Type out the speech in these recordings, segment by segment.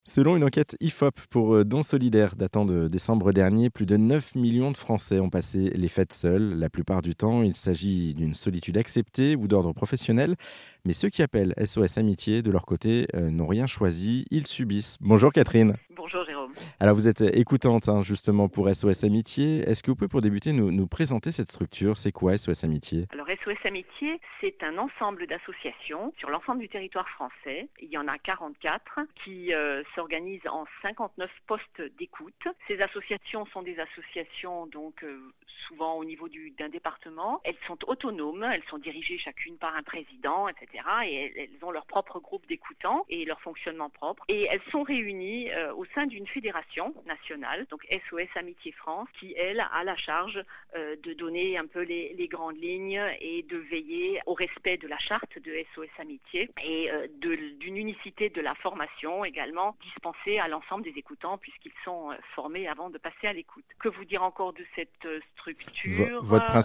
Selon une enquête IFOP pour Dons solidaires datant de décembre dernier, plus de 9 millions de Français ont passé les fêtes seuls. La plupart du temps, il s'agit d'une solitude acceptée ou d'ordre professionnel. Mais ceux qui appellent SOS Amitié, de leur côté, n'ont rien choisi, ils subissent. Bonjour Catherine. Bonjour Jérôme. Alors vous êtes écoutante justement pour SOS Amitié. Est-ce que vous pouvez pour débuter nous présenter cette structure? C'est quoi SOS Amitié? Alors SOS Amitié, c'est un ensemble d'associations sur l'ensemble du territoire français. Il y en a 44 qui s'organisent en 59 postes d'écoute. Ces associations sont des associations souvent au niveau d'un département. Elles sont autonomes, elles sont dirigées chacune par un président, etc. Et elles ont leur propre groupe d'écoutants et leur fonctionnement propre. Et elles sont réunies au sein d'une fédération nationale, donc SOS Amitié France, qui, elle, a la charge de donner un peu les grandes lignes et de veiller au respect de la charte de SOS Amitié et d'une unicité de la formation également dispensée à l'ensemble des écoutants puisqu'ils sont formés avant de passer à l'écoute. Que vous dire encore de cette structure?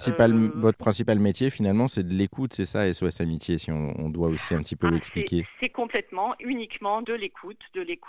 Votre principal métier finalement, c'est de l'écoute, c'est ça SOS Amitié, si on doit aussi un petit peu l'expliquer. C'est complètement, uniquement de l'écoute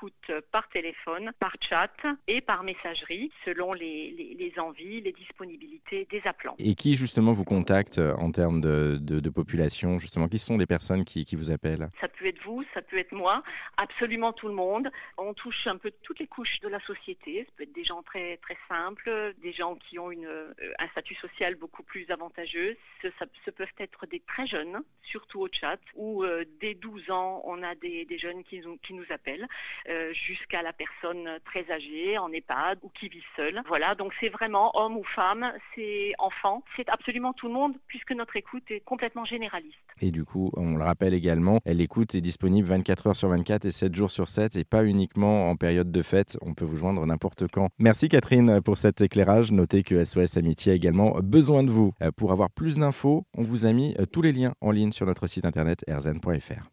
par téléphone, par chat et par messagerie, selon les envies, les disponibilités des appelants. Et qui justement vous contacte en termes de population, justement? Qui sont les personnes qui vous appellent? Ça peut être vous, ça peut être moi, absolument tout le monde. On touche un peu toutes les couches de la société. Ça peut être des gens très, très simples, des gens qui ont un statut social beaucoup plus avantageux. Ce peuvent être des très jeunes, surtout au chat, ou dès 12 ans, on a des jeunes qui nous appellent, jusqu'à la personne très âgée, en EHPAD, ou qui vit seule. Voilà, donc c'est vraiment homme ou femme, c'est enfant, c'est absolument tout le monde, puisque notre écoute est complètement généraliste. Et du coup, on le rappelle également, l'écoute est disponible 24 heures sur 24 et 7 jours sur 7 et pas uniquement en période de fête. On peut vous joindre n'importe quand. Merci Catherine pour cet éclairage. Notez que SOS Amitié a également besoin de vous. Pour avoir plus d'infos, on vous a mis tous les liens en ligne sur notre site internet rzn.fr.